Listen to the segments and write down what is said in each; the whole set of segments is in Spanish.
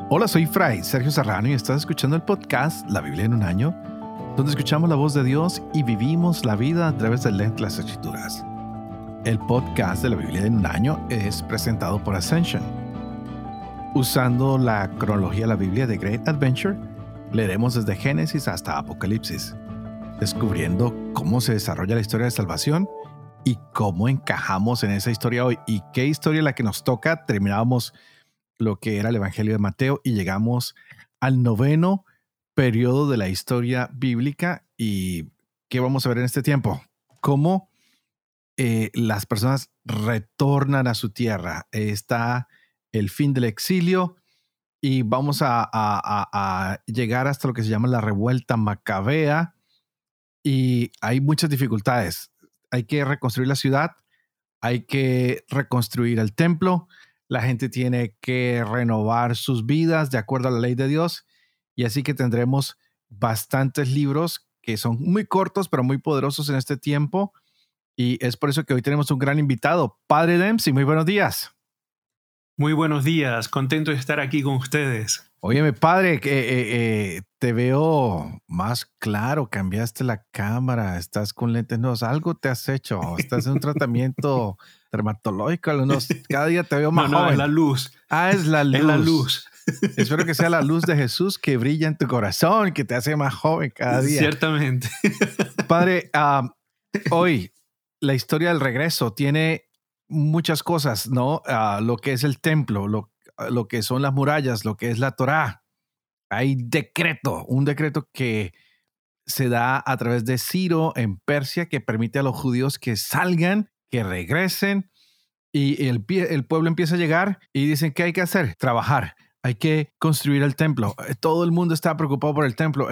Hola, soy Fray Sergio Serrano y estás escuchando el podcast La Biblia en un año, donde escuchamos la voz de Dios y vivimos la vida a través de las Escrituras. El podcast de La Biblia en un año es presentado por Ascension. Usando la cronología de la Biblia de Great Adventure, leeremos desde Génesis hasta Apocalipsis, descubriendo cómo se desarrolla la historia de salvación y cómo encajamos en esa historia hoy y qué historia es la que nos toca. Terminábamos lo que era el Evangelio de Mateo y llegamos al 9º periodo de la historia bíblica. ¿Y qué vamos a ver en este tiempo? Cómo las personas retornan a su tierra. Está el fin del exilio y vamos a llegar hasta lo que se llama la revuelta macabea, y hay muchas dificultades. Hay que reconstruir la ciudad, hay que reconstruir el templo, la gente tiene que renovar sus vidas de acuerdo a la ley de Dios, y así que tendremos bastantes libros que son muy cortos pero muy poderosos en este tiempo, y es por eso que hoy tenemos un gran invitado, Padre Dempsey. Muy buenos días. Muy buenos días, contento de estar aquí con ustedes. Óyeme, padre, te veo más claro, cambiaste la cámara, estás con lentes nuevos, algo te has hecho, estás en un tratamiento dermatológico, cada día te veo más joven. No, es la luz. Es la luz. Es la luz. Espero que sea la luz de Jesús que brilla en tu corazón, que te hace más joven cada día. Ciertamente. Padre, hoy la historia del regreso tiene muchas cosas, ¿no? Lo que es el templo, lo que son las murallas, lo que es la Torá. Hay un decreto que se da a través de Ciro en Persia, que permite a los judíos que salgan, que regresen, y el pueblo empieza a llegar y dicen, ¿qué hay que hacer? Trabajar. Hay que construir el templo. Todo el mundo está preocupado por el templo.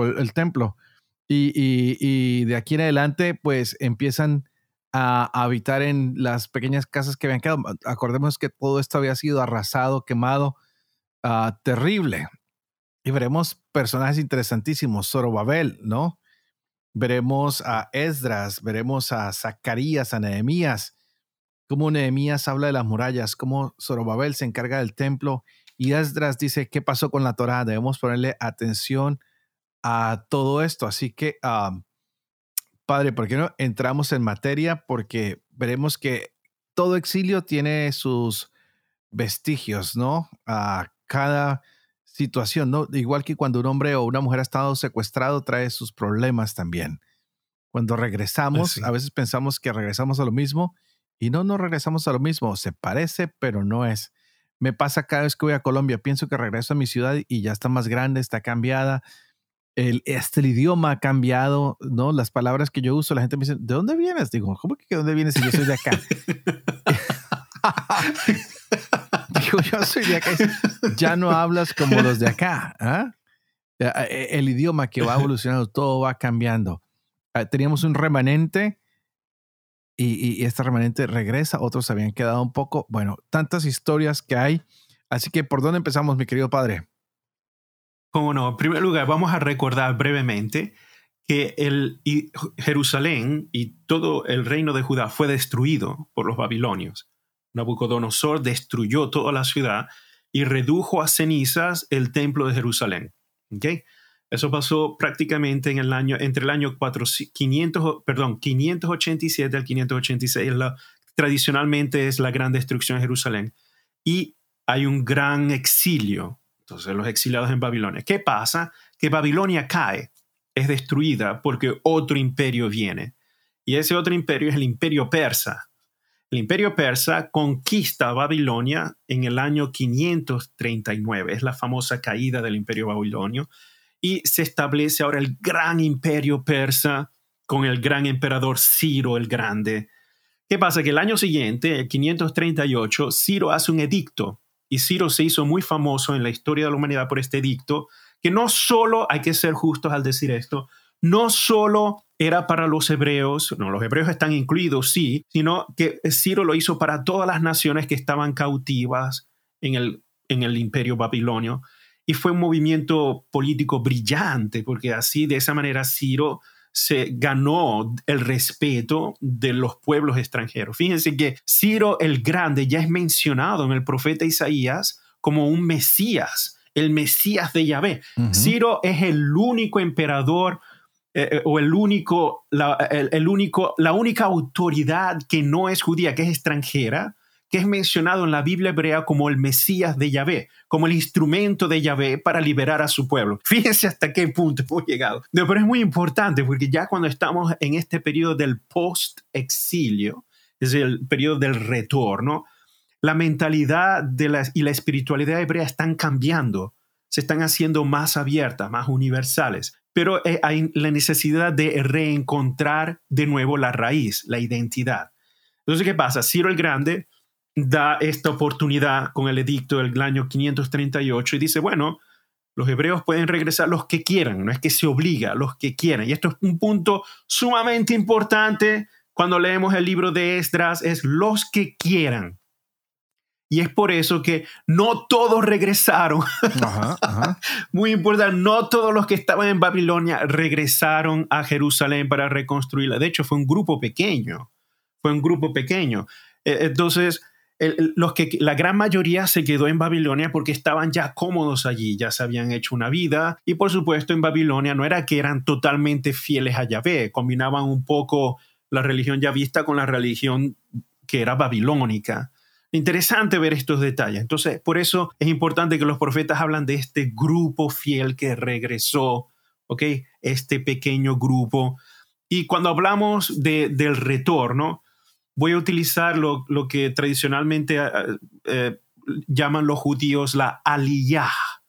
Y de aquí en adelante, pues empiezan a habitar en las pequeñas casas que habían quedado. Acordemos que todo esto había sido arrasado, quemado, terrible. Y veremos personajes interesantísimos, Zorobabel, ¿no? Veremos a Esdras, veremos a Zacarías, a Nehemías, cómo Nehemías habla de las murallas, cómo Zorobabel se encarga del templo y Esdras dice qué pasó con la Torá. Debemos ponerle atención a todo esto. Así que, Padre, ¿por qué no entramos en materia? Porque veremos que todo exilio tiene sus vestigios, ¿no? A cada situación, ¿no? Igual que cuando un hombre o una mujer ha estado secuestrado, trae sus problemas también. Cuando regresamos, Sí. a veces pensamos que regresamos a lo mismo y no regresamos a lo mismo. Se parece, pero no es. Me pasa cada vez que voy a Colombia, pienso que regreso a mi ciudad y ya está más grande, está cambiada. El idioma ha cambiado, ¿no? Las palabras que yo uso, la gente me dice, ¿de dónde vienes? Digo, ¿cómo que de dónde vienes si yo soy de acá? Digo, yo soy de acá. Ya no hablas como los de acá. El idioma que va evolucionando, todo va cambiando. Teníamos un remanente y este remanente regresa. Otros habían quedado un poco. Bueno, tantas historias que hay. Así que, ¿por dónde empezamos, mi querido padre? Cómo no, en primer lugar, vamos a recordar brevemente que Jerusalén y todo el reino de Judá fue destruido por los babilonios. Nabucodonosor destruyó toda la ciudad y redujo a cenizas el templo de Jerusalén. ¿Okay? Eso pasó prácticamente entre el año 587 al 586. Tradicionalmente es la gran destrucción de Jerusalén. Y hay un gran exilio. Entonces, los exiliados en Babilonia. ¿Qué pasa? Que Babilonia cae, es destruida porque otro imperio viene. Y ese otro imperio es el imperio persa. El imperio persa conquista Babilonia en el año 539. Es la famosa caída del imperio babilonio. Y se establece ahora el gran imperio persa con el gran emperador Ciro el Grande. ¿Qué pasa? Que el año siguiente, el 538, Ciro hace un edicto. Y Ciro se hizo muy famoso en la historia de la humanidad por este edicto, que no solo, hay que ser justos al decir esto, no solo era para los hebreos, no, los hebreos están incluidos, sí, sino que Ciro lo hizo para todas las naciones que estaban cautivas en el imperio babilonio. Y fue un movimiento político brillante, porque así, de esa manera, Ciro se ganó el respeto de los pueblos extranjeros. Fíjense que Ciro el Grande ya es mencionado en el profeta Isaías como un Mesías el Mesías de Yahvé. Ujú. Ciro es el único emperador o la única autoridad que no es judía, que es extranjera, que es mencionado en la Biblia hebrea como el Mesías de Yahvé, como el instrumento de Yahvé para liberar a su pueblo. Fíjense hasta qué punto hemos llegado. No, pero es muy importante porque ya cuando estamos en este periodo del post-exilio, es el periodo del retorno, la mentalidad y la espiritualidad hebrea están cambiando, se están haciendo más abiertas, más universales. Pero hay la necesidad de reencontrar de nuevo la raíz, la identidad. Entonces, ¿qué pasa? Ciro el Grande da esta oportunidad con el edicto del año 538 y dice, bueno, los hebreos pueden regresar los que quieran, no es que se obliga, los que quieran. Y esto es un punto sumamente importante cuando leemos el libro de Esdras, es los que quieran. Y es por eso que no todos regresaron. Ajá, ajá. Muy importante, no todos los que estaban en Babilonia regresaron a Jerusalén para reconstruirla. De hecho, fue un grupo pequeño. Entonces, la gran mayoría se quedó en Babilonia porque estaban ya cómodos allí, ya se habían hecho una vida. Y por supuesto, en Babilonia no era que eran totalmente fieles a Yahvé, combinaban un poco la religión yavista con la religión que era babilónica. Interesante ver estos detalles. Entonces, por eso es importante que los profetas hablan de este grupo fiel que regresó, ¿ok? Este pequeño grupo. Y cuando hablamos del retorno, voy a utilizar lo que tradicionalmente llaman los judíos la aliyah,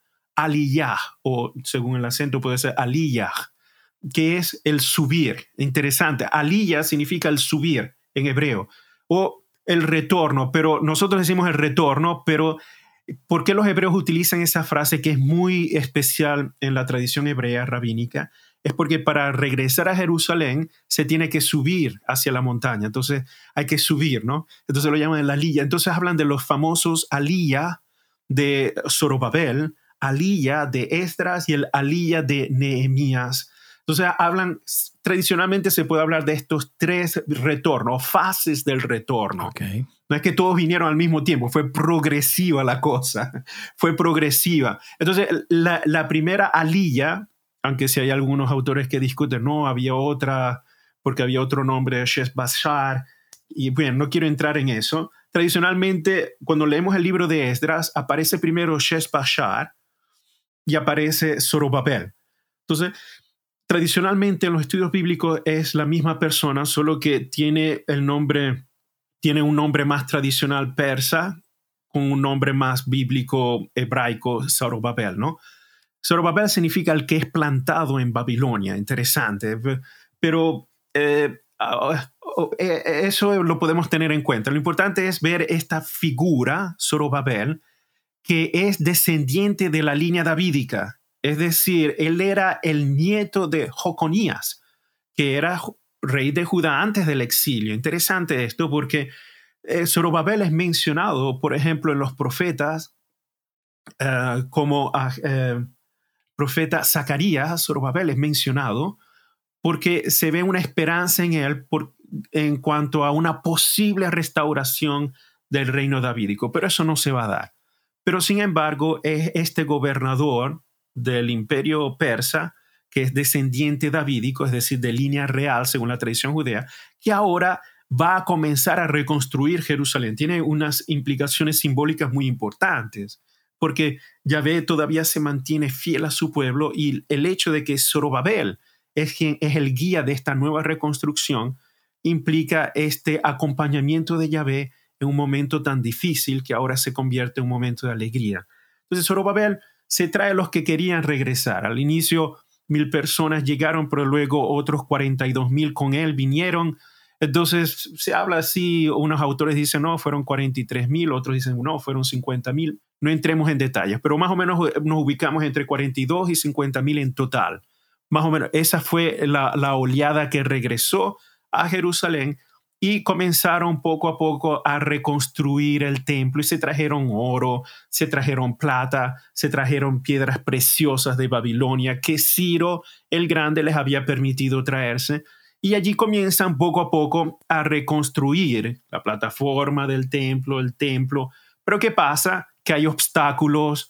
o según el acento puede ser aliyah, que es el subir. Interesante. Aliyah significa el subir en hebreo, o el retorno, pero nosotros decimos el retorno, pero ¿por qué los hebreos utilizan esa frase que es muy especial en la tradición hebrea rabínica? Es porque para regresar a Jerusalén se tiene que subir hacia la montaña, entonces hay que subir, ¿no? Entonces lo llaman el aliyah. Entonces hablan de los famosos aliyah de Zorobabel, aliyah de Esdras y el aliyah de Nehemías. Entonces tradicionalmente se puede hablar de estos tres retornos, fases del retorno. Okay. No es que todos vinieron al mismo tiempo, fue progresiva la cosa, fue progresiva. Entonces la primera aliyah, aunque si hay algunos autores que discuten, no, había otra, porque había otro nombre, Sheshbazzar, y bueno, no quiero entrar en eso. Tradicionalmente, cuando leemos el libro de Esdras, aparece primero Sheshbazzar y aparece Zorobabel. Entonces, tradicionalmente en los estudios bíblicos es la misma persona, solo que tiene un nombre más tradicional persa, con un nombre más bíblico hebraico, Zorobabel, ¿no? Zorobabel significa el que es plantado en Babilonia, interesante, pero eso lo podemos tener en cuenta. Lo importante es ver esta figura, Zorobabel, que es descendiente de la línea davídica. Es decir, él era el nieto de Joconías, que era rey de Judá antes del exilio. Interesante esto porque Zorobabel es mencionado, por ejemplo, en los profetas, como profeta Zacarías. Zorobabel es mencionado porque se ve una esperanza en él en cuanto a una posible restauración del reino davídico, pero eso no se va a dar. Pero sin embargo, es este gobernador del imperio persa, que es descendiente davídico, es decir, de línea real según la tradición judea, que ahora va a comenzar a reconstruir Jerusalén. Tiene unas implicaciones simbólicas muy importantes, porque Yahvé todavía se mantiene fiel a su pueblo, y el hecho de que Zorobabel es el guía de esta nueva reconstrucción implica este acompañamiento de Yahvé en un momento tan difícil que ahora se convierte en un momento de alegría. Entonces Zorobabel se trae a los que querían regresar. Al inicio 1,000 personas llegaron, pero luego otros 42,000 con él vinieron. Entonces se habla así, unos autores dicen no, fueron 43,000, otros dicen no, fueron 50,000. No entremos en detalles, pero más o menos nos ubicamos entre 42 y 50,000 en total. Más o menos esa fue la oleada que regresó a Jerusalén, y comenzaron poco a poco a reconstruir el templo, y se trajeron oro, se trajeron plata, se trajeron piedras preciosas de Babilonia que Ciro el Grande les había permitido traerse, y allí comienzan poco a poco a reconstruir la plataforma del templo, el templo. Pero ¿qué pasa? Que hay obstáculos.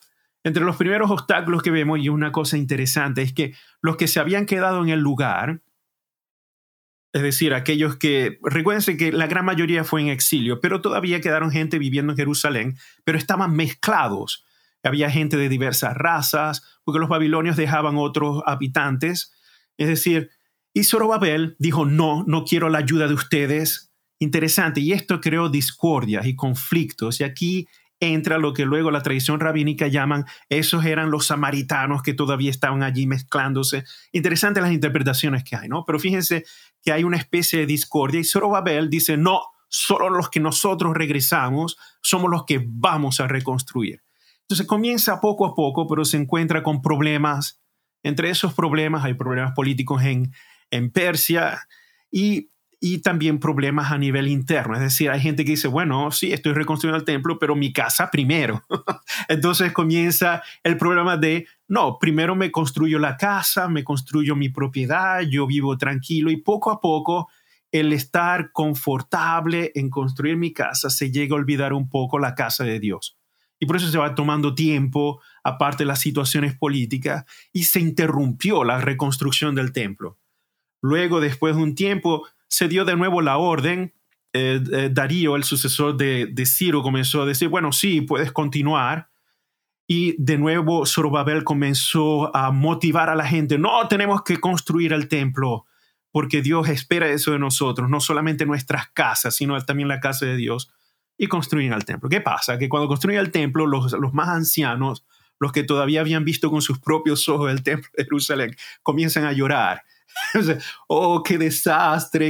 entre los primeros obstáculos que vemos, y una cosa interesante, es que los que se habían quedado en el lugar, es decir, aquellos que, recuérdense que la gran mayoría fue en exilio, pero todavía quedaron gente viviendo en Jerusalén, pero estaban mezclados. Había gente de diversas razas, porque los babilonios dejaban otros habitantes. Es decir, y Zorobabel dijo, no quiero la ayuda de ustedes. Interesante, y esto creó discordias y conflictos, y aquí entra lo que luego la tradición rabínica llaman, esos eran los samaritanos que todavía estaban allí mezclándose. Interesantes las interpretaciones que hay, ¿no? Pero fíjense que hay una especie de discordia, y Zorobabel dice, no, solo los que nosotros regresamos somos los que vamos a reconstruir. Entonces comienza poco a poco, pero se encuentra con problemas. Entre esos problemas hay problemas políticos en Persia y también problemas a nivel interno. Es decir, hay gente que dice, bueno, sí, estoy reconstruyendo el templo, pero mi casa primero. Entonces comienza el problema de, no, primero me construyo la casa, me construyo mi propiedad, yo vivo tranquilo, y poco a poco el estar confortable en construir mi casa se llega a olvidar un poco la casa de Dios. Y por eso se va tomando tiempo, aparte de las situaciones políticas, y se interrumpió la reconstrucción del templo. Luego, después de un tiempo, se dio de nuevo la orden. Darío, el sucesor de Ciro, comenzó a decir, bueno, sí, puedes continuar. Y de nuevo Zorobabel comenzó a motivar a la gente, no, tenemos que construir el templo, porque Dios espera eso de nosotros, no solamente nuestras casas, sino también la casa de Dios, y construyen el templo. ¿Qué pasa? Que cuando construyen el templo, los más ancianos, los que todavía habían visto con sus propios ojos el templo de Jerusalén, comienzan a llorar. Oh, qué desastre.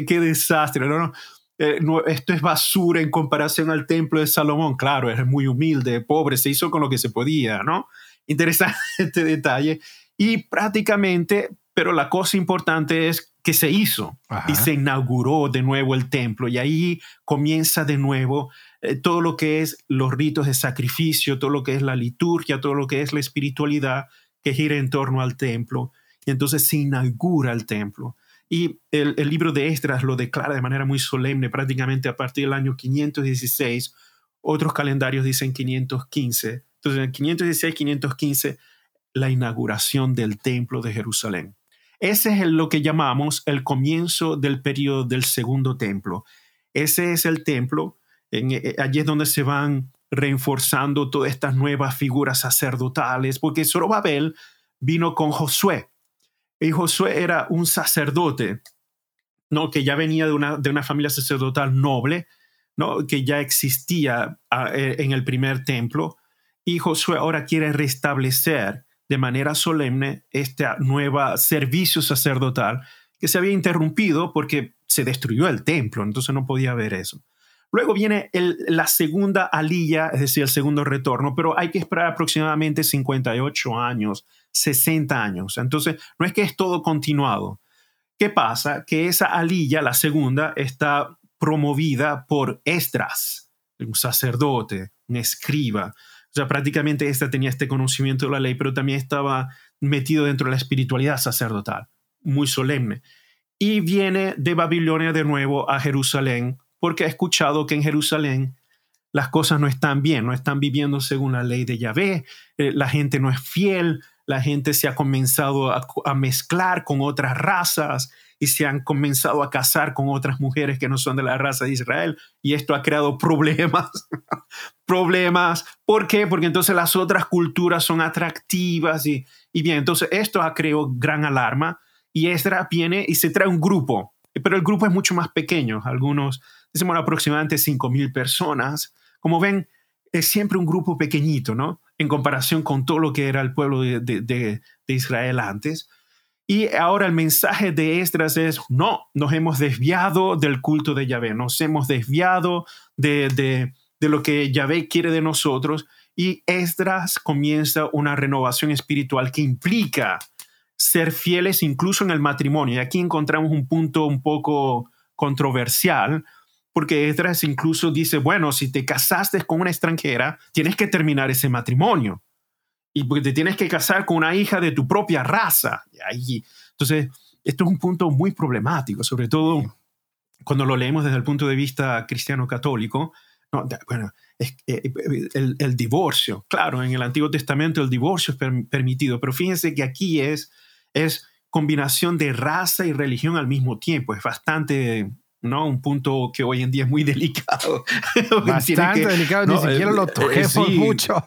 No, esto es basura en comparación al templo de Salomón. Claro, es muy humilde, pobre, se hizo con lo que se podía, ¿no? Interesante este detalle. Y prácticamente, pero la cosa importante es que se hizo. Ajá. Y se inauguró de nuevo el templo, y ahí comienza de nuevo todo lo que es los ritos de sacrificio, todo lo que es la liturgia, todo lo que es la espiritualidad que gira en torno al templo. Y entonces se inaugura el templo. Y el libro de Esdras lo declara de manera muy solemne, prácticamente a partir del año 516. Otros calendarios dicen 515. Entonces, en 516, 515, la inauguración del templo de Jerusalén. Ese es lo que llamamos el comienzo del periodo del segundo templo. Ese es el templo. Allí es donde se van reforzando todas estas nuevas figuras sacerdotales, porque Zorobabel vino con Josué. Y Josué era un sacerdote, ¿no? Que ya venía de una familia sacerdotal noble, ¿no? Que ya existía en el primer templo. Y Josué ahora quiere restablecer de manera solemne este nuevo servicio sacerdotal que se había interrumpido porque se destruyó el templo, entonces no podía haber eso. Luego viene la segunda aliyah, es decir, el segundo retorno, pero hay que esperar aproximadamente 58 años, 60 años. Entonces, no es que es todo continuado. ¿Qué pasa? Que esa aliyah, la segunda, está promovida por Esdras, un sacerdote, un escriba. O sea, prácticamente esta tenía este conocimiento de la ley, pero también estaba metido dentro de la espiritualidad sacerdotal, muy solemne. Y viene de Babilonia de nuevo a Jerusalén, porque ha escuchado que en Jerusalén las cosas no están bien, no están viviendo según la ley de Yahvé, la gente no es fiel, la gente se ha comenzado a mezclar con otras razas y se han comenzado a casar con otras mujeres que no son de la raza de Israel, y esto ha creado problemas. Problemas. ¿Por qué? Porque entonces las otras culturas son atractivas y bien, entonces esto ha creado gran alarma, y Esdras viene y se trae un grupo, pero el grupo es mucho más pequeño. Algunos dicen, bueno, aproximadamente 5,000 personas. Como ven, es siempre un grupo pequeñito, ¿no? En comparación con todo lo que era el pueblo de Israel antes. Y ahora el mensaje de Esdras es, no, nos hemos desviado del culto de Yahvé, nos hemos desviado de lo que Yahvé quiere de nosotros, y Esdras comienza una renovación espiritual que implica ser fieles incluso en el matrimonio. Y aquí encontramos un punto un poco controversial, porque Esdras incluso dice, bueno, si te casaste con una extranjera, tienes que terminar ese matrimonio. Y porque te tienes que casar con una hija de tu propia raza. Entonces, esto es un punto muy problemático, sobre todo cuando lo leemos desde el punto de vista cristiano-católico. No, bueno, el divorcio. Claro, en el Antiguo Testamento el divorcio es permitido, pero fíjense que aquí es combinación de raza y religión al mismo tiempo. Es bastante, ¿no? Un punto que hoy en día es muy delicado. Bastante delicado, ni siquiera lo toquemos sí. mucho.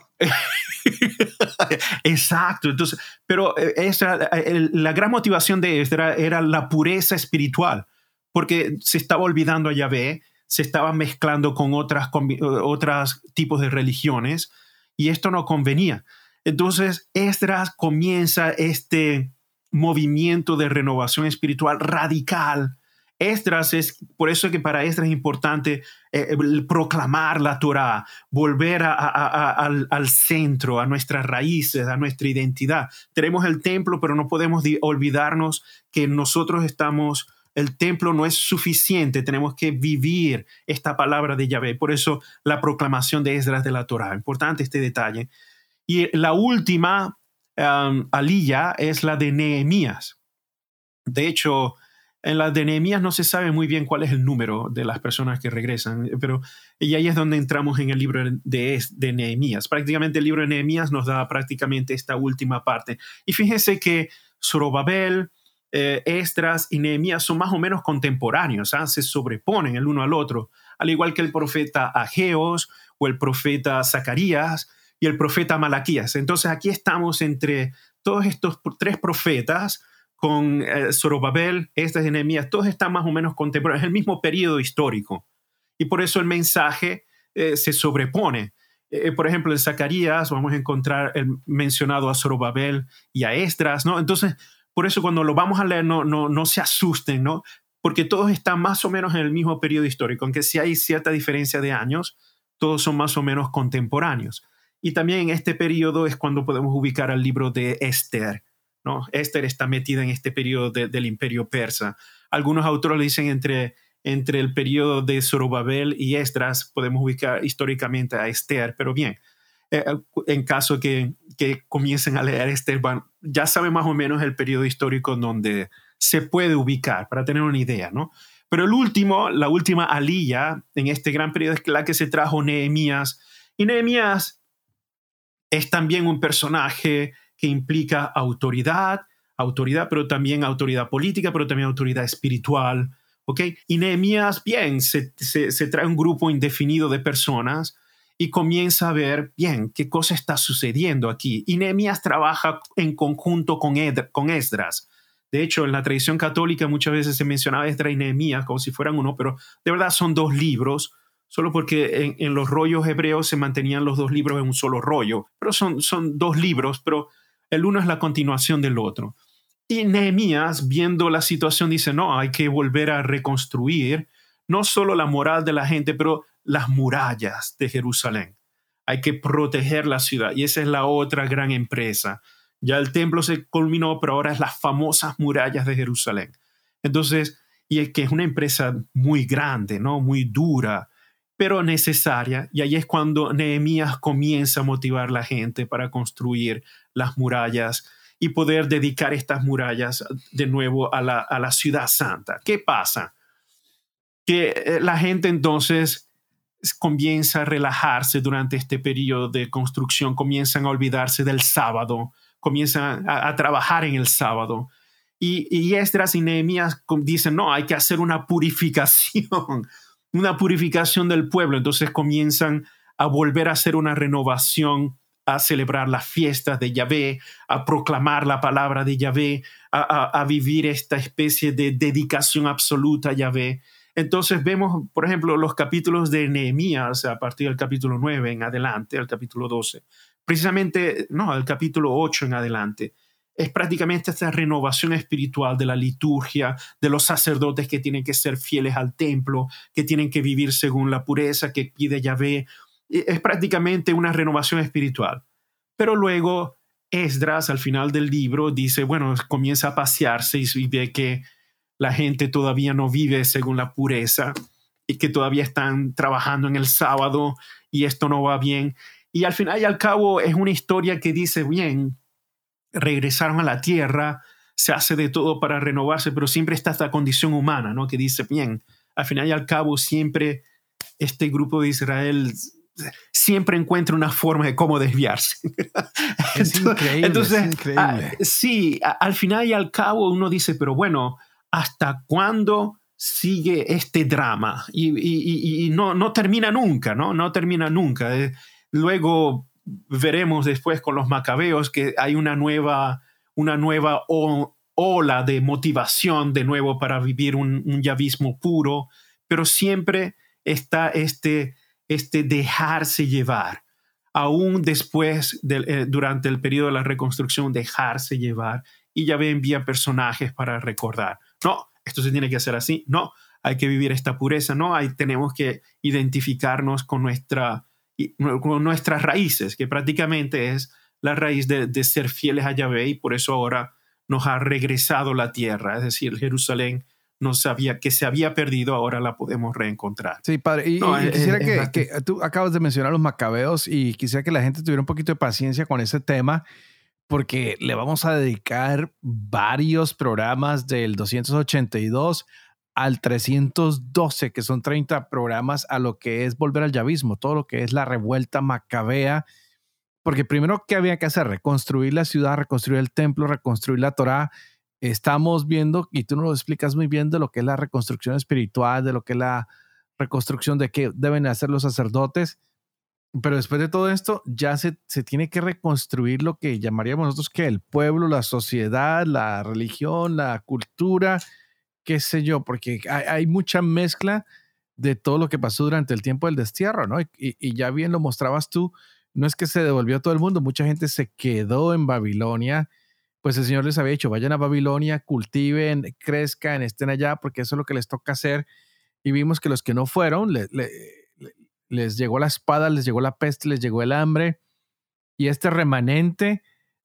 Exacto. Entonces, pero la gran motivación de Esdras era la pureza espiritual, porque se estaba olvidando a Yahvé, se estaba mezclando con otros tipos de religiones, y esto no convenía. Entonces, Esdras comienza este movimiento de renovación espiritual radical. Esdras por eso que para Esdras es importante proclamar la Torá, volver al centro, a nuestras raíces, a nuestra identidad. Tenemos el templo, pero no podemos olvidarnos que el templo no es suficiente, tenemos que vivir esta palabra de Yahvé. Por eso la proclamación de Esdras de la Torá. Importante este detalle. Y la última aliyah es la de Nehemías. De hecho, en la de Nehemías no se sabe muy bien cuál es el número de las personas que regresan, y ahí es donde entramos en el libro de Nehemías. Prácticamente el libro de Nehemías nos da prácticamente esta última parte. Y fíjense que Zorobabel, Esdras y Nehemías son más o menos contemporáneos, se sobreponen el uno al otro, al igual que el profeta Ageos o el profeta Zacarías y el profeta Malaquías. Entonces aquí estamos entre todos estos tres profetas, con Zorobabel, Esdras y Nehemías, todos están más o menos contemporáneos, es el mismo periodo histórico. Y por eso el mensaje se sobrepone. Por ejemplo, en Zacarías vamos a encontrar mencionado a Zorobabel y a Esdras, ¿no? Entonces, por eso cuando lo vamos a leer no se asusten, ¿no? Porque todos están más o menos en el mismo periodo histórico, aunque sí hay cierta diferencia de años, todos son más o menos contemporáneos. Y también en este periodo es cuando podemos ubicar al libro de Esther, ¿no? Esther está metida en este periodo del imperio persa. Algunos autores le dicen entre el periodo de Zorobabel y Esdras podemos ubicar históricamente a Esther, pero bien, en caso que comiencen a leer Esther, ya saben más o menos el periodo histórico en donde se puede ubicar, para tener una idea, ¿no? Pero la última aliyah en este gran periodo es la que se trajo Nehemías. Y Nehemías es también un personaje que implica autoridad, pero también autoridad política, pero también autoridad espiritual, ¿ok? Y Nehemías, bien, se trae un grupo indefinido de personas y comienza a ver, bien, qué cosa está sucediendo aquí. Y Nehemías trabaja en conjunto con Esdras. De hecho, en la tradición católica muchas veces se mencionaba Esdras y Nehemías como si fueran uno, pero de verdad son dos libros, solo porque en los rollos hebreos se mantenían los dos libros en un solo rollo. Pero son dos libros, pero el uno es la continuación del otro. Y Nehemías, viendo la situación, dice, no, hay que volver a reconstruir no solo la moral de la gente, pero las murallas de Jerusalén. Hay que proteger la ciudad. Y esa es la otra gran empresa. Ya el templo se culminó, pero ahora es las famosas murallas de Jerusalén. Entonces, y es que es una empresa muy grande, ¿no? Muy dura, pero necesaria. Y ahí es cuando Nehemías comienza a motivar a la gente para construir las murallas y poder dedicar estas murallas de nuevo a la ciudad santa. ¿Qué pasa? Que la gente entonces comienza a relajarse durante este periodo de construcción, comienzan a olvidarse del sábado, comienzan a trabajar en el sábado. Y Esdras y Nehemías dicen, no, hay que hacer una purificación del pueblo. Entonces comienzan a volver a hacer una renovación, a celebrar las fiestas de Yahvé, a proclamar la palabra de Yahvé, a vivir esta especie de dedicación absoluta a Yahvé. Entonces vemos, por ejemplo, los capítulos de Nehemías a partir del capítulo 9 en adelante, al capítulo 12, precisamente, no, al capítulo 8 en adelante, es prácticamente esta renovación espiritual de la liturgia, de los sacerdotes que tienen que ser fieles al templo, que tienen que vivir según la pureza que pide Yahvé. Es prácticamente una renovación espiritual. Pero luego Esdras, al final del libro, dice, bueno, comienza a pasearse y ve que la gente todavía no vive según la pureza y que todavía están trabajando en el sábado y esto no va bien. Y al final y al cabo es una historia que dice, bien, regresaron a la tierra, se hace de todo para renovarse, pero siempre está esta condición humana, ¿no? Que dice, bien, al final y al cabo siempre este grupo de Israel siempre encuentra una forma de cómo desviarse. Es increíble, entonces, es increíble. Sí, al final y al cabo uno dice, pero bueno, ¿hasta cuándo sigue este drama? Y no termina nunca, ¿no? No termina nunca. Luego veremos después con los macabeos que hay una nueva ola de motivación de nuevo para vivir un yavismo puro, pero siempre está este dejarse llevar. Aún después, durante el periodo de la reconstrucción, dejarse llevar. Y Yahvé envía personajes para recordar. No, esto se tiene que hacer así. No, hay que vivir esta pureza. No, tenemos que identificarnos con nuestras raíces, que prácticamente es la raíz de ser fieles a Yahvé, y por eso ahora nos ha regresado la tierra. Es decir, Jerusalén que se había perdido, ahora la podemos reencontrar. Sí, padre. Y quisiera que tú acabas de mencionar los macabeos y quisiera que la gente tuviera un poquito de paciencia con ese tema, porque le vamos a dedicar varios programas del 282 al 312, que son 30 programas a lo que es volver al yavismo, todo lo que es la revuelta macabea, porque primero, ¿qué había que hacer? Reconstruir la ciudad, reconstruir el templo, reconstruir la Torá. Estamos viendo, y tú nos lo explicas muy bien, de lo que es la reconstrucción espiritual, de lo que es la reconstrucción de qué deben hacer los sacerdotes. Pero después de todo esto, ya se tiene que reconstruir lo que llamaríamos nosotros que el pueblo, la sociedad, la religión, la cultura, qué sé yo, porque hay mucha mezcla de todo lo que pasó durante el tiempo del destierro, ¿no? Y ya bien lo mostrabas tú, no es que se devolvió todo el mundo, mucha gente se quedó en Babilonia. Pues el Señor les había dicho, vayan a Babilonia, cultiven, crezcan, estén allá, porque eso es lo que les toca hacer. Y vimos que los que no fueron, les llegó la espada, les llegó la peste, les llegó el hambre. Y este remanente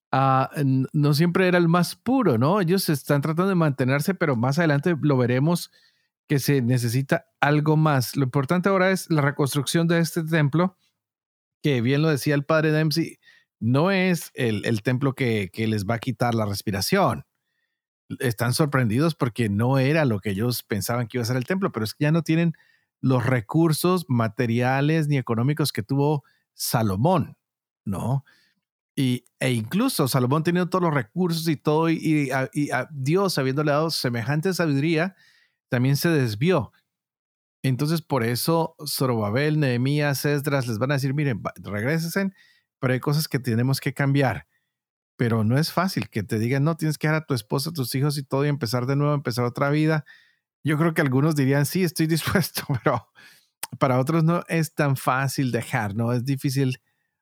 no siempre era el más puro, ¿no? Ellos están tratando de mantenerse, pero más adelante lo veremos que se necesita algo más. Lo importante ahora es la reconstrucción de este templo, que bien lo decía el padre Dempsey, no es el templo que les va a quitar la respiración. Están sorprendidos porque no era lo que ellos pensaban que iba a ser el templo, pero es que ya no tienen los recursos materiales ni económicos que tuvo Salomón, ¿no? E incluso Salomón teniendo todos los recursos y todo, y a Dios habiéndole dado semejante sabiduría, también se desvió. Entonces, por eso Zorobabel, Nehemías, Esdras les van a decir, miren, regrésense, pero hay cosas que tenemos que cambiar. Pero no es fácil que te digan, no, tienes que dejar a tu esposa, a tus hijos y todo y empezar de nuevo, empezar otra vida. Yo creo que algunos dirían, sí, estoy dispuesto, pero para otros no es tan fácil dejar, ¿no? Es difícil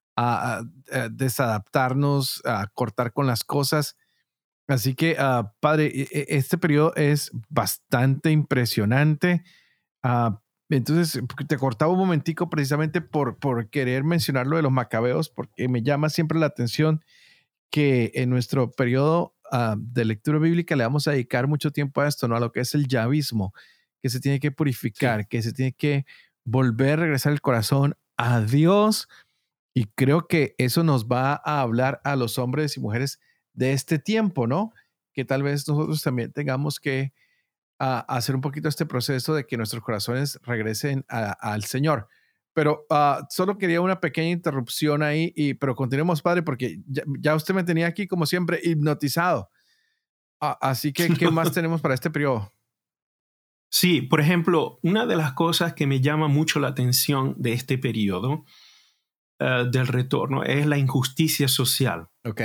desadaptarnos, cortar con las cosas. Así que, padre, este periodo es bastante impresionante. Entonces, te cortaba un momentico precisamente por querer mencionar lo de los macabeos, porque me llama siempre la atención que en nuestro periodo de lectura bíblica le vamos a dedicar mucho tiempo a esto, ¿no? A lo que es el yavismo, que se tiene que purificar, sí, que se tiene que volver a regresar el corazón a Dios. Y creo que eso nos va a hablar a los hombres y mujeres de este tiempo, ¿no? Que tal vez nosotros también tengamos que hacer un poquito este proceso de que nuestros corazones regresen al Señor. Pero solo quería una pequeña interrupción ahí, pero continuemos, padre, porque ya usted me tenía aquí, como siempre, hipnotizado. Así que, ¿qué más tenemos para este periodo? Sí, por ejemplo, una de las cosas que me llama mucho la atención de este periodo del retorno es la injusticia social. Ok.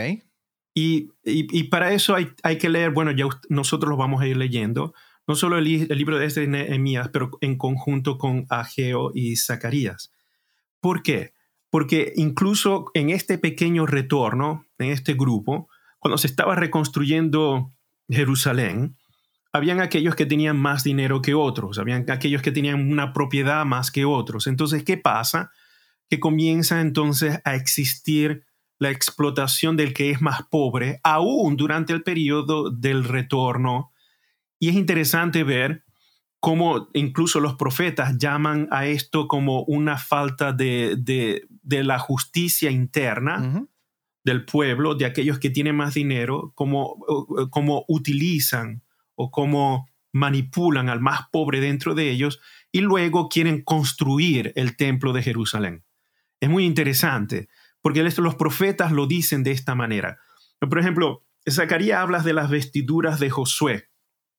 Y para eso hay que leer, bueno, ya nosotros lo vamos a ir leyendo, no solo el libro de Nehemías, pero en conjunto con Ageo y Zacarías. ¿Por qué? Porque incluso en este pequeño retorno, en este grupo, cuando se estaba reconstruyendo Jerusalén, habían aquellos que tenían más dinero que otros, habían aquellos que tenían una propiedad más que otros. Entonces, ¿qué pasa? Que comienza entonces a existir la explotación del que es más pobre, aún durante el periodo del retorno. Y es interesante ver cómo incluso los profetas llaman a esto como una falta de la justicia interna del pueblo, de aquellos que tienen más dinero, como utilizan o como manipulan al más pobre dentro de ellos y luego quieren construir el templo de Jerusalén. Es muy interesante, porque los profetas lo dicen de esta manera. Por ejemplo, Zacarías habla de las vestiduras de Josué.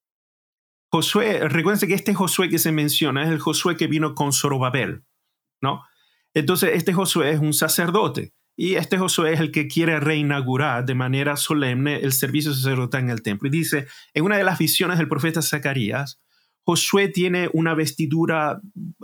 Josué, recuérdense que este Josué que se menciona es el Josué que vino con Zorobabel, ¿no? Entonces, este Josué es un sacerdote y este Josué es el que quiere reinaugurar de manera solemne el servicio sacerdotal en el templo. Y dice, en una de las visiones del profeta Zacarías, Josué tiene una vestidura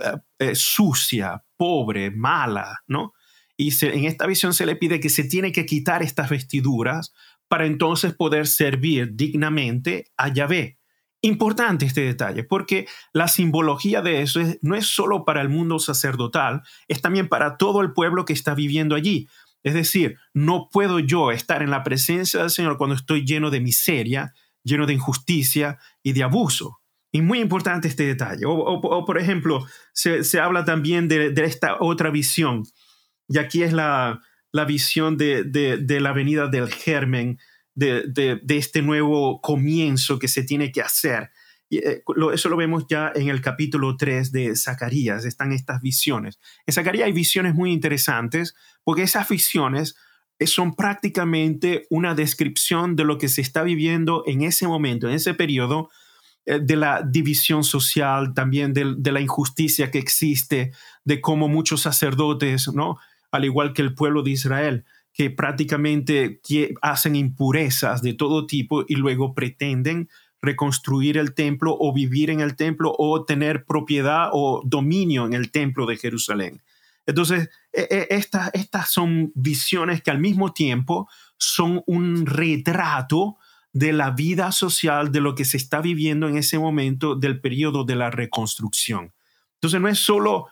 sucia, pobre, mala, ¿no? Y en esta visión se le pide que se tiene que quitar estas vestiduras para entonces poder servir dignamente a Yahvé. Importante este detalle, porque la simbología de eso no es solo para el mundo sacerdotal, es también para todo el pueblo que está viviendo allí. Es decir, no puedo yo estar en la presencia del Señor cuando estoy lleno de miseria, lleno de injusticia y de abuso. Y muy importante este detalle. O por ejemplo, se habla también de esta otra visión. Y aquí es la visión de la venida del germen, de este nuevo comienzo que se tiene que hacer. Y, eso lo vemos ya en el capítulo 3 de Zacarías. Están estas visiones. En Zacarías hay visiones muy interesantes porque esas visiones son prácticamente una descripción de lo que se está viviendo en ese momento, en ese periodo, de la división social, también de la injusticia que existe, de cómo muchos sacerdotes, ¿no?, al igual que el pueblo de Israel, que prácticamente hacen impurezas de todo tipo y luego pretenden reconstruir el templo o vivir en el templo o tener propiedad o dominio en el templo de Jerusalén. Entonces, estas son visiones que al mismo tiempo son un retrato de la vida social, de lo que se está viviendo en ese momento del periodo de la reconstrucción. Entonces no es solo,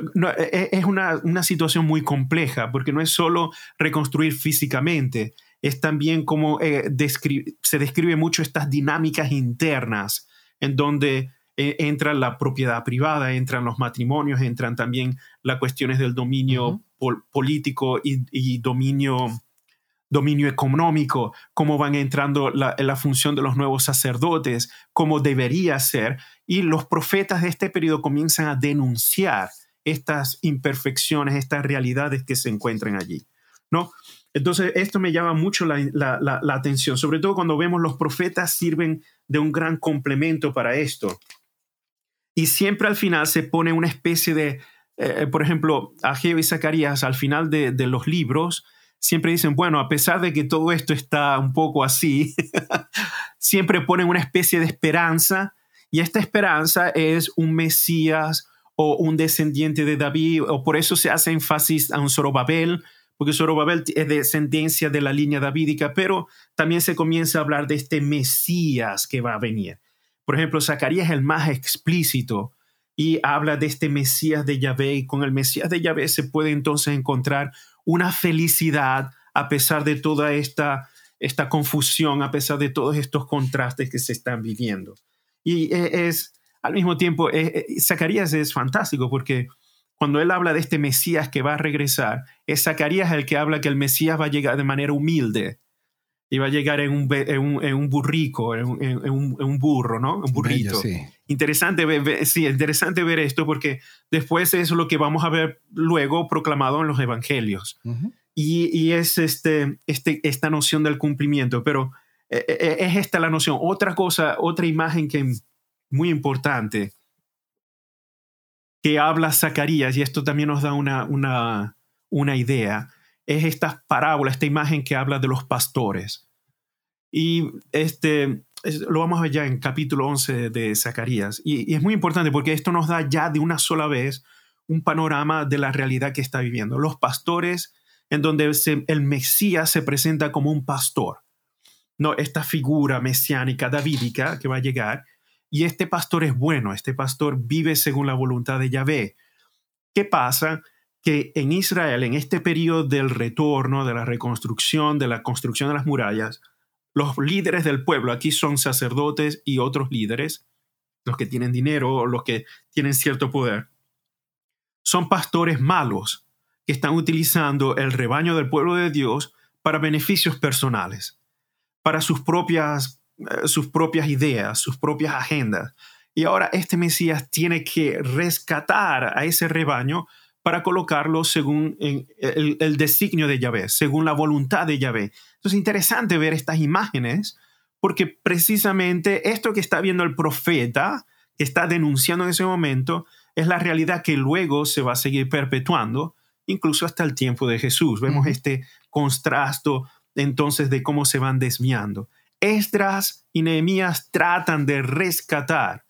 es una situación muy compleja, porque no es solo reconstruir físicamente, es también como se describe mucho estas dinámicas internas en donde entra la propiedad privada, entran los matrimonios, entran también las cuestiones del dominio político y dominio económico, cómo van entrando la función de los nuevos sacerdotes, cómo debería ser. Y los profetas de este periodo comienzan a denunciar estas imperfecciones, estas realidades que se encuentran allí, ¿no? Entonces, esto me llama mucho la atención, sobre todo cuando vemos los profetas sirven de un gran complemento para esto. Y siempre al final se pone una especie de, por ejemplo, Ageo y Zacarías, al final de los libros, siempre dicen, bueno, a pesar de que todo esto está un poco así, siempre ponen una especie de esperanza, y esta esperanza es un Mesías o un descendiente de David, o por eso se hace énfasis a un Zorobabel, porque Zorobabel es descendencia de la línea davídica, pero también se comienza a hablar de este Mesías que va a venir. Por ejemplo, Zacarías es el más explícito y habla de este Mesías de Yahvé, y con el Mesías de Yahvé se puede entonces encontrar una felicidad a pesar de toda esta confusión, a pesar de todos estos contrastes que se están viviendo. Y al mismo tiempo, Zacarías es fantástico porque cuando él habla de este Mesías que va a regresar, es Zacarías el que habla que el Mesías va a llegar de manera humilde y va a llegar en un burrico, en un burro, ¿no? Un burrito. Bello, sí. Interesante ver esto porque después es lo que vamos a ver luego proclamado en los evangelios. Y es esta noción del cumplimiento, pero es esta la noción. Otra imagen que muy importante que habla Zacarías, y esto también nos da una idea, es esta parábola, esta imagen que habla de los pastores. Y lo vamos a ver ya en capítulo 11 de Zacarías. Y es muy importante porque esto nos da ya de una sola vez un panorama de la realidad que está viviendo. Los pastores, en donde el Mesías se presenta como un pastor, ¿no? Esta figura mesiánica, davídica que va a llegar. Y este pastor es bueno, este pastor vive según la voluntad de Yahvé. ¿Qué pasa? Que en Israel, en este periodo del retorno, de la reconstrucción, de la construcción de las murallas, los líderes del pueblo, aquí son sacerdotes y otros líderes, los que tienen dinero o los que tienen cierto poder, son pastores malos que están utilizando el rebaño del pueblo de Dios para beneficios personales, para sus propias ideas, sus propias agendas. Y ahora este Mesías tiene que rescatar a ese rebaño para colocarlo según el designio de Yahvé, según la voluntad de Yahvé. Entonces es interesante ver estas imágenes, porque precisamente esto que está viendo el profeta, que está denunciando en ese momento, es la realidad que luego se va a seguir perpetuando, incluso hasta el tiempo de Jesús. Vemos este contraste entonces de cómo se van desviando. Esdras y Nehemías tratan de rescatar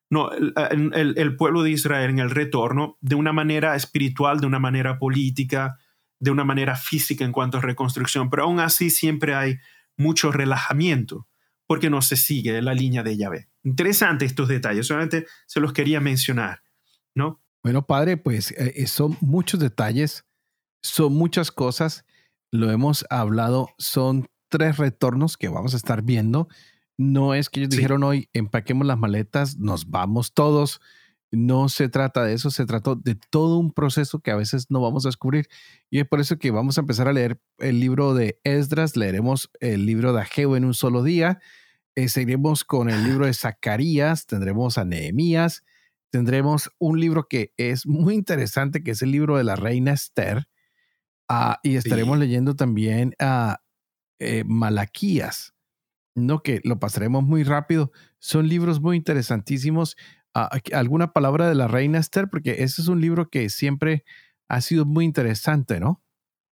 el pueblo de Israel en el retorno de una manera espiritual, de una manera política, de una manera física en cuanto a reconstrucción, pero aún así siempre hay mucho relajamiento porque no se sigue la línea de Yahvé. Interesante estos detalles, solamente se los quería mencionar, ¿no? Bueno, padre, pues son muchos detalles, son muchas cosas, lo hemos hablado, son 3 retornos que vamos a estar viendo. No es que ellos dijeron hoy, empaquemos las maletas, nos vamos todos. No se trata de eso, se trató de todo un proceso que a veces no vamos a descubrir. Y es por eso que vamos a empezar a leer el libro de Esdras, leeremos el libro de Ageo en un solo día, seguiremos con el libro de Zacarías, tendremos a Nehemías, tendremos un libro que es muy interesante, que es el libro de la reina Esther, y estaremos leyendo también a Malaquías, ¿no? Que lo pasaremos muy rápido. Son libros muy interesantísimos. ¿Alguna palabra de la reina Esther? Porque ese es un libro que siempre ha sido muy interesante, ¿no?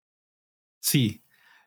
Sí.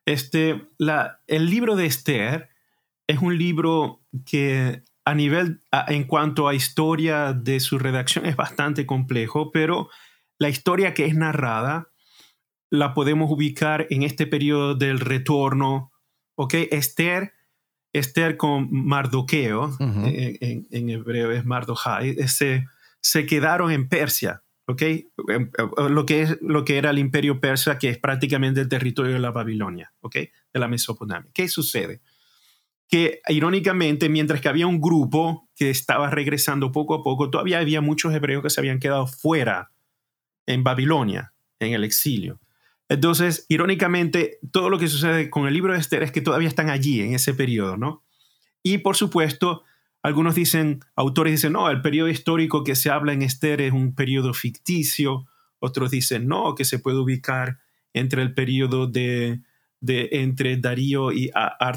El libro de Esther es un libro que en cuanto a historia de su redacción es bastante complejo, pero la historia que es narrada la podemos ubicar en este periodo del retorno. ¿Ok? Esther con Mardoqueo, en hebreo es Mardochai, se quedaron en Persia, ¿ok? Lo que era el imperio persa, que es prácticamente el territorio de la Babilonia, ¿ok? De la Mesopotamia. ¿Qué sucede? Que irónicamente, mientras que había un grupo que estaba regresando poco a poco, todavía había muchos hebreos que se habían quedado fuera en Babilonia, en el exilio. Entonces, irónicamente, todo lo que sucede con el libro de Esther es que todavía están allí en ese periodo, ¿no? Y por supuesto, algunos autores dicen, no, el periodo histórico que se habla en Esther es un periodo ficticio. Otros dicen, no, que se puede ubicar entre el periodo entre Darío y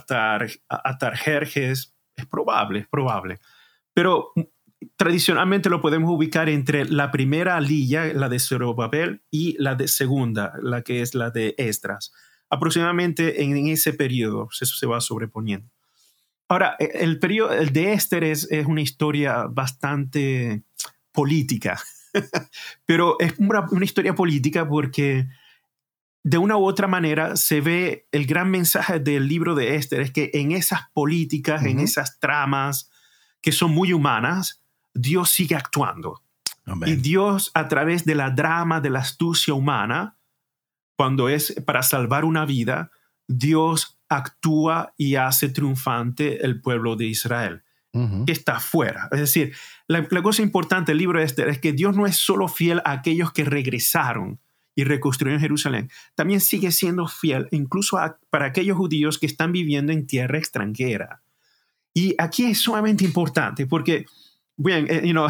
Artajerjes. Es probable. Pero tradicionalmente lo podemos ubicar entre la primera lilla, la de Zorobabel, y la de segunda, la que es la de Esdras. Aproximadamente en ese periodo eso se va sobreponiendo. Ahora, el de Esther es una historia bastante política, pero es una historia política porque de una u otra manera se ve el gran mensaje del libro de Esther, es que en esas políticas, en esas tramas que son muy humanas, Dios sigue actuando. Amén. Y Dios, a través de la drama, de la astucia humana, cuando es para salvar una vida, Dios actúa y hace triunfante el pueblo de Israel, que está afuera. Es decir, la cosa importante del libro de Esther es que Dios no es solo fiel a aquellos que regresaron y reconstruyeron Jerusalén, también sigue siendo fiel incluso para aquellos judíos que están viviendo en tierra extranjera. Y aquí es sumamente importante porque, bien,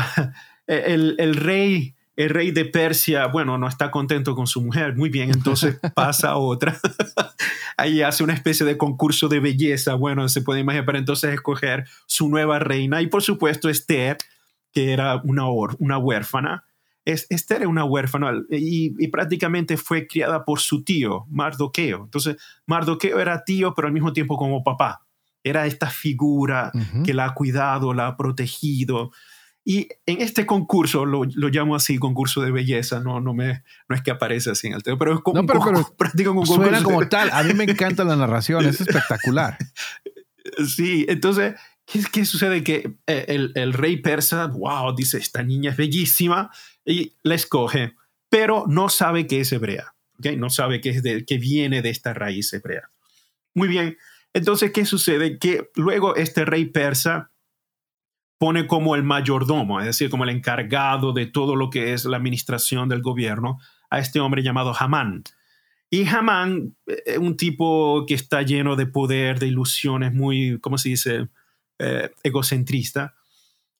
el rey de Persia, bueno, no está contento con su mujer. Muy bien, entonces pasa a otra. Ahí hace una especie de concurso de belleza. Bueno, se puede imaginar para entonces escoger su nueva reina. Y por supuesto Esther, que era una huérfana. Esther era una huérfana y prácticamente fue criada por su tío, Mardoqueo. Entonces, Mardoqueo era tío, pero al mismo tiempo como papá. Era esta figura que la ha cuidado, la ha protegido. Y en este concurso, lo llamo así, concurso de belleza, no es que aparece así en el tema, pero es como prácticamente un concurso. Suena como tal. A mí me encanta la narración, es espectacular. Sí, entonces, ¿qué sucede? Que el rey persa, wow, dice, esta niña es bellísima, y la escoge, pero no sabe que es hebrea, ¿okay? No sabe que viene de esta raíz hebrea. Muy bien. Entonces, ¿qué sucede? Que luego este rey persa pone como el mayordomo, es decir, como el encargado de todo lo que es la administración del gobierno, a este hombre llamado Hamán. Y Hamán, un tipo que está lleno de poder, de ilusiones, muy, ¿cómo se dice?, egocentrista.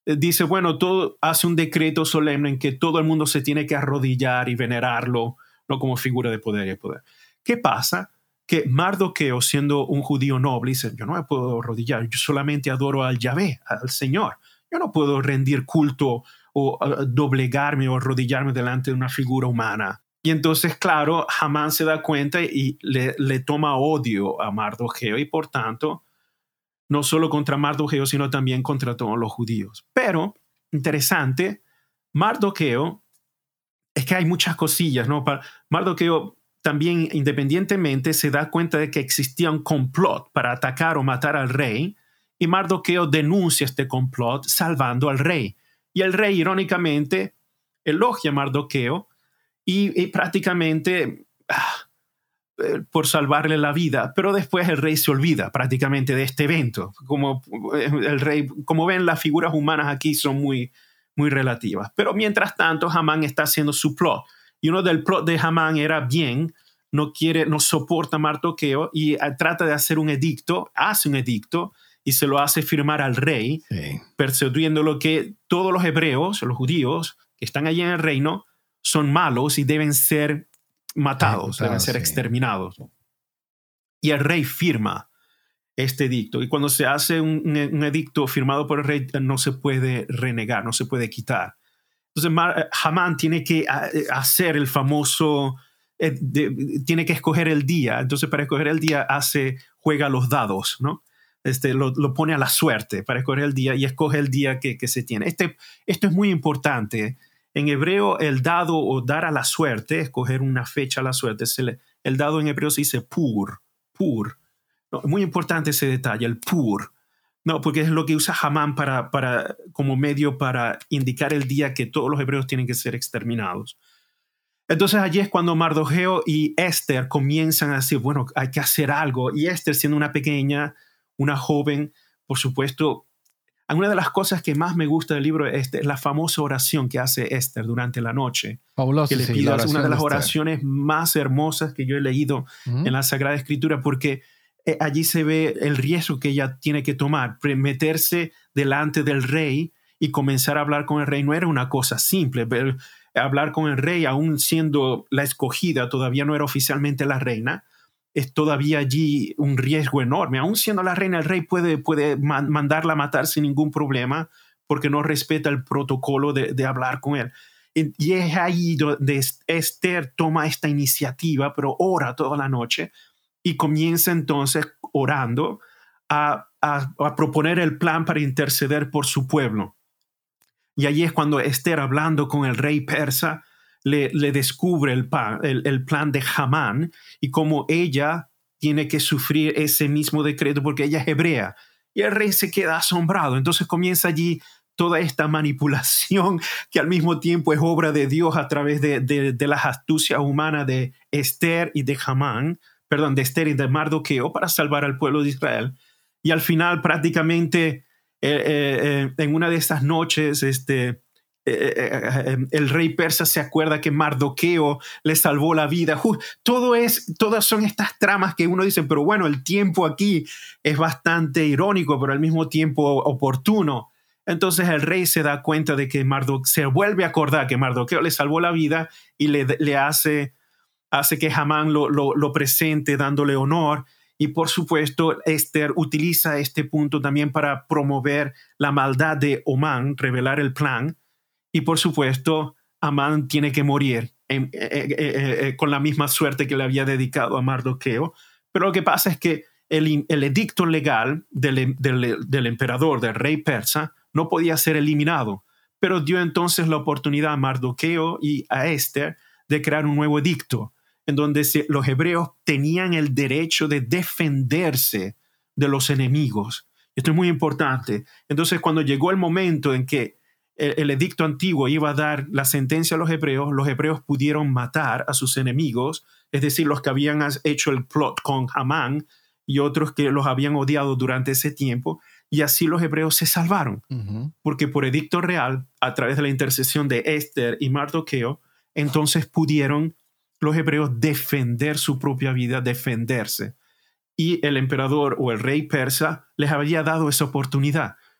dice, bueno, todo hace un decreto solemne en que todo el mundo se tiene que arrodillar y venerarlo, no como figura de poder y poder. ¿Qué pasa? Que Mardoqueo, siendo un judío noble, dice, yo no me puedo arrodillar, yo solamente adoro al Yahvé, al Señor. Yo no puedo rendir culto o doblegarme o arrodillarme delante de una figura humana. Y entonces, claro, Hamán se da cuenta y le toma odio a Mardoqueo y por tanto, no solo contra Mardoqueo, sino también contra todos los judíos. Pero, interesante, Mardoqueo, es que hay muchas cosillas, ¿no? Mardoqueo también, independientemente, se da cuenta de que existía un complot para atacar o matar al rey, y Mardoqueo denuncia este complot salvando al rey. Y el rey, irónicamente, elogia a Mardoqueo y prácticamente por salvarle la vida, pero después el rey se olvida prácticamente de este evento. Como el rey, como ven, las figuras humanas aquí son muy, muy relativas. Pero mientras tanto, Hamán está haciendo su plot. Y uno del plot de Hamán era bien, no soporta a Mardoqueo y trata de hacer un edicto, hace un edicto y se lo hace firmar al rey, sí, persuadiéndolo que todos los hebreos, los judíos que están allí en el reino, son malos y deben ser matados, deben ser exterminados. Y el rey firma este edicto. Y cuando se hace un edicto firmado por el rey, no se puede renegar, no se puede quitar. Entonces Hamán tiene que hacer el famoso, tiene que escoger el día. Entonces para escoger el día juega los dados, ¿no? Lo pone a la suerte para escoger el día y escoge el día que se tiene. Esto es muy importante. En hebreo, el dado o dar a la suerte, escoger una fecha a la suerte, el dado en hebreo se dice pur. No, muy importante ese detalle, el pur. No, porque es lo que usa Hamán como medio para indicar el día que todos los hebreos tienen que ser exterminados. Entonces allí es cuando Mardoqueo y Esther comienzan a decir, bueno, hay que hacer algo. Y Esther, siendo una joven, por supuesto, una de las cosas que más me gusta del libro es la famosa oración que hace Esther durante la noche. Fabuloso, que le pide, es una de las oraciones más hermosas que yo he leído en la Sagrada Escritura, porque allí se ve el riesgo que ella tiene que tomar, meterse delante del rey y comenzar a hablar con el rey. No era una cosa simple, pero hablar con el rey, aún siendo la escogida, todavía no era oficialmente la reina, es todavía allí un riesgo enorme. Aún siendo la reina, el rey puede mandarla a matar sin ningún problema porque no respeta el protocolo de hablar con él. Y es ahí donde Esther toma esta iniciativa, pero ora toda la noche y comienza entonces orando a proponer el plan para interceder por su pueblo. Y allí es cuando Esther, hablando con el rey persa, le descubre el plan de Hamán y cómo ella tiene que sufrir ese mismo decreto porque ella es hebrea. Y el rey se queda asombrado. Entonces comienza allí toda esta manipulación que al mismo tiempo es obra de Dios a través de las astucias humanas de Esther y de Hamán, de Esther y de Mardoqueo para salvar al pueblo de Israel. Y al final prácticamente en una de estas noches el rey persa se acuerda que Mardoqueo le salvó la vida. Todas son estas tramas que uno dice, pero bueno, el tiempo aquí es bastante irónico, pero al mismo tiempo oportuno. Entonces el rey se da cuenta de que se vuelve a acordar que Mardoqueo le salvó la vida y le hace que Hamán lo presente dándole honor. Y por supuesto, Esther utiliza este punto también para promover la maldad de Hamán, revelar el plan. Y por supuesto, Hamán tiene que morir con la misma suerte que le había dedicado a Mardoqueo. Pero lo que pasa es que el edicto legal del emperador, del rey persa, no podía ser eliminado. Pero dio entonces la oportunidad a Mardoqueo y a Esther de crear un nuevo edicto, en donde los hebreos tenían el derecho de defenderse de los enemigos. Esto es muy importante. Entonces, cuando llegó el momento en que el edicto antiguo iba a dar la sentencia a los hebreos pudieron matar a sus enemigos, es decir, los que habían hecho el plot con Hamán y otros que los habían odiado durante ese tiempo, y así los hebreos se salvaron, porque por edicto real, a través de la intercesión de Esther y Mardoqueo, entonces pudieron los hebreos defender su propia vida, defenderse. Y el emperador o el rey persa les había dado esa oportunidad.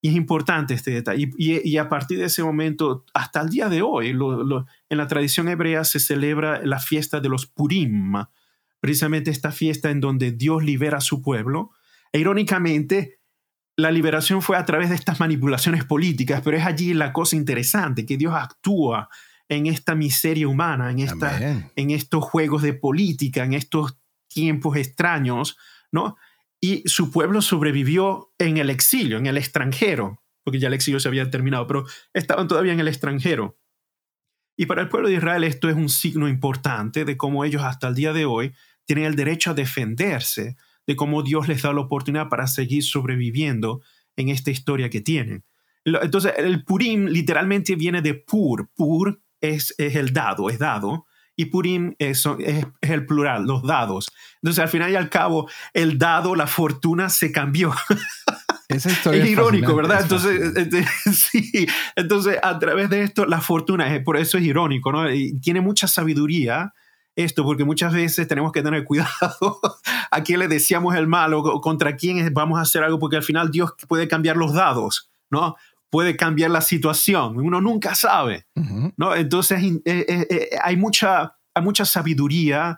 Y es importante este detalle. Y a partir de ese momento, hasta el día de hoy, en la tradición hebrea se celebra la fiesta de los Purim, precisamente esta fiesta en donde Dios libera a su pueblo. E irónicamente, la liberación fue a través de estas manipulaciones políticas, pero es allí la cosa interesante, que Dios actúa en esta miseria humana, en estos juegos de política, en estos tiempos extraños, ¿no? Y su pueblo sobrevivió en el exilio, en el extranjero, porque ya el exilio se había terminado, pero estaban todavía en el extranjero. Y para el pueblo de Israel esto es un signo importante de cómo ellos hasta el día de hoy tienen el derecho a defenderse, de cómo Dios les da la oportunidad para seguir sobreviviendo en esta historia que tienen. Entonces, el Purim literalmente viene de Pur. Pur es el dado, es dado. Y Purim es el plural, los dados. Entonces, al final y al cabo, el dado, la fortuna se cambió. Esa historia es irónico, ¿verdad? Entonces, sí. Entonces, a través de esto, la fortuna, por eso es irónico, ¿no? Y tiene mucha sabiduría esto, porque muchas veces tenemos que tener cuidado a quién le deseamos el mal o contra quién vamos a hacer algo, porque al final Dios puede cambiar los dados, ¿no? Puede cambiar la situación. Uno nunca sabe, ¿no? Entonces, hay mucha sabiduría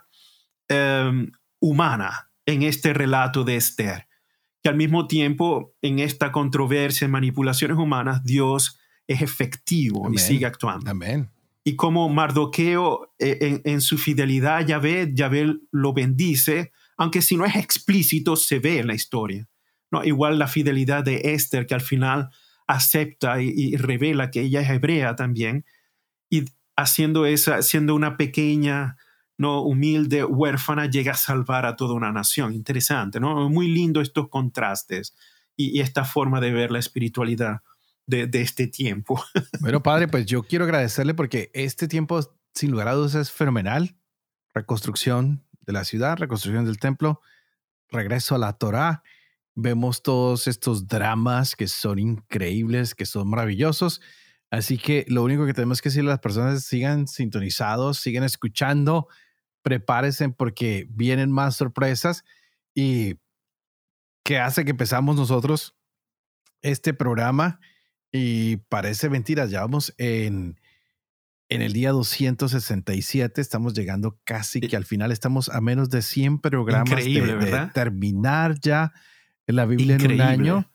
humana en este relato de Esther, que al mismo tiempo, en esta controversia, en manipulaciones humanas, Dios es efectivo. Amén. Y sigue actuando. Amén. Y como Mardoqueo, en su fidelidad a Yahvé lo bendice, aunque si no es explícito, se ve en la historia, ¿no? Igual la fidelidad de Esther, que al final acepta y revela que ella es hebrea también, y siendo una pequeña, ¿no?, humilde huérfana, llega a salvar a toda una nación. Interesante, ¿no? Muy lindo estos contrastes y esta forma de ver la espiritualidad de este tiempo. Bueno, padre, pues yo quiero agradecerle porque este tiempo, sin lugar a dudas, es fenomenal. Reconstrucción de la ciudad, reconstrucción del templo, regreso a la Torá. Vemos todos estos dramas que son increíbles, que son maravillosos. Así que lo único que tenemos que decirle a las personas es sigan sintonizados, sigan escuchando, prepárense porque vienen más sorpresas. Y que hace que empezamos nosotros este programa y parece mentira, ya vamos en el día 267, estamos llegando casi que al final, estamos a menos de 100 programas de terminar ya la Biblia en un año.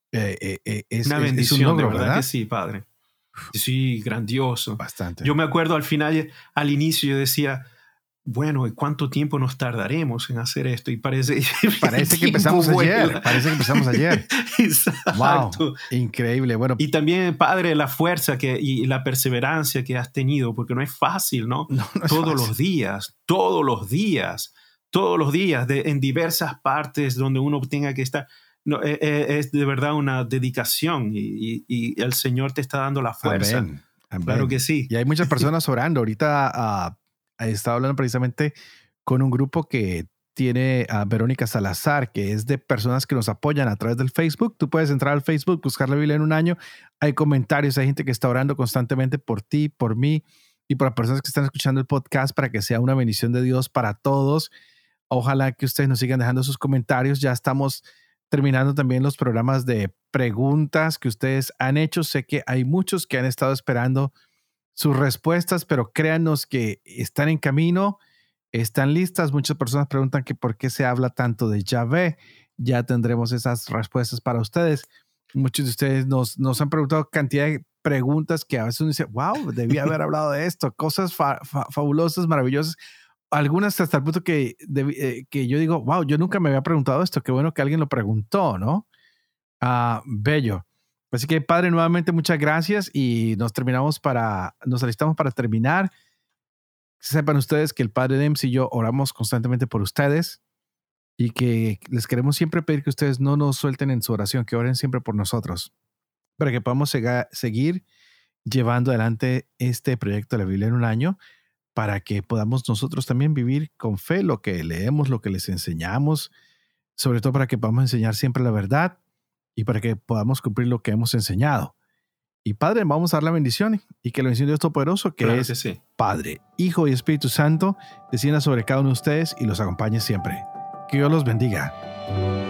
Es una bendición, es un logro, ¿verdad? Que sí, padre. Sí, grandioso. Bastante. Yo me acuerdo al inicio yo decía, bueno, ¿cuánto tiempo nos tardaremos en hacer esto? Y parece que empezamos ayer. Parece que empezamos ayer. Exacto. Wow, increíble. Bueno, y también, padre, la fuerza y la perseverancia que has tenido, porque no es fácil, ¿no? No es todos fácil. Todos los días, en diversas partes donde uno tenga que estar. No, es de verdad una dedicación y el Señor te está dando la fuerza. Amén. Claro que sí. Y hay muchas personas orando. Ahorita estaba hablando precisamente con un grupo que tiene a Verónica Salazar, que es de personas que nos apoyan a través del Facebook. Tú puedes entrar al Facebook, buscar la Biblia en un año. Hay comentarios, hay gente que está orando constantemente por ti, por mí y por las personas que están escuchando el podcast para que sea una bendición de Dios para todos. Ojalá que ustedes nos sigan dejando sus comentarios. Ya estamos terminando también los programas de preguntas que ustedes han hecho. Sé que hay muchos que han estado esperando sus respuestas, pero créanos que están en camino, están listas. Muchas personas preguntan que por qué se habla tanto de Yahvé. Ya tendremos esas respuestas para ustedes. Muchos de ustedes nos han preguntado cantidad de preguntas que a veces uno dice, wow, debía haber hablado de esto. Cosas fabulosas, maravillosas. Algunas hasta el punto que yo digo, wow, yo nunca me había preguntado esto. Qué bueno que alguien lo preguntó, ¿no? Bello. Así que, padre, nuevamente muchas gracias y nos alistamos para terminar. Sepan ustedes que el padre Dems y yo oramos constantemente por ustedes y que les queremos siempre pedir que ustedes no nos suelten en su oración, que oren siempre por nosotros, para que podamos seguir llevando adelante este proyecto de la Biblia en un año, para que podamos nosotros también vivir con fe lo que leemos, lo que les enseñamos, sobre todo para que podamos enseñar siempre la verdad y para que podamos cumplir lo que hemos enseñado. Y Padre, vamos a dar la bendición y que la bendición de Dios Todopoderoso, que es sí. Padre, Hijo y Espíritu Santo, descienda sobre cada uno de ustedes y los acompañe siempre. Que Dios los bendiga.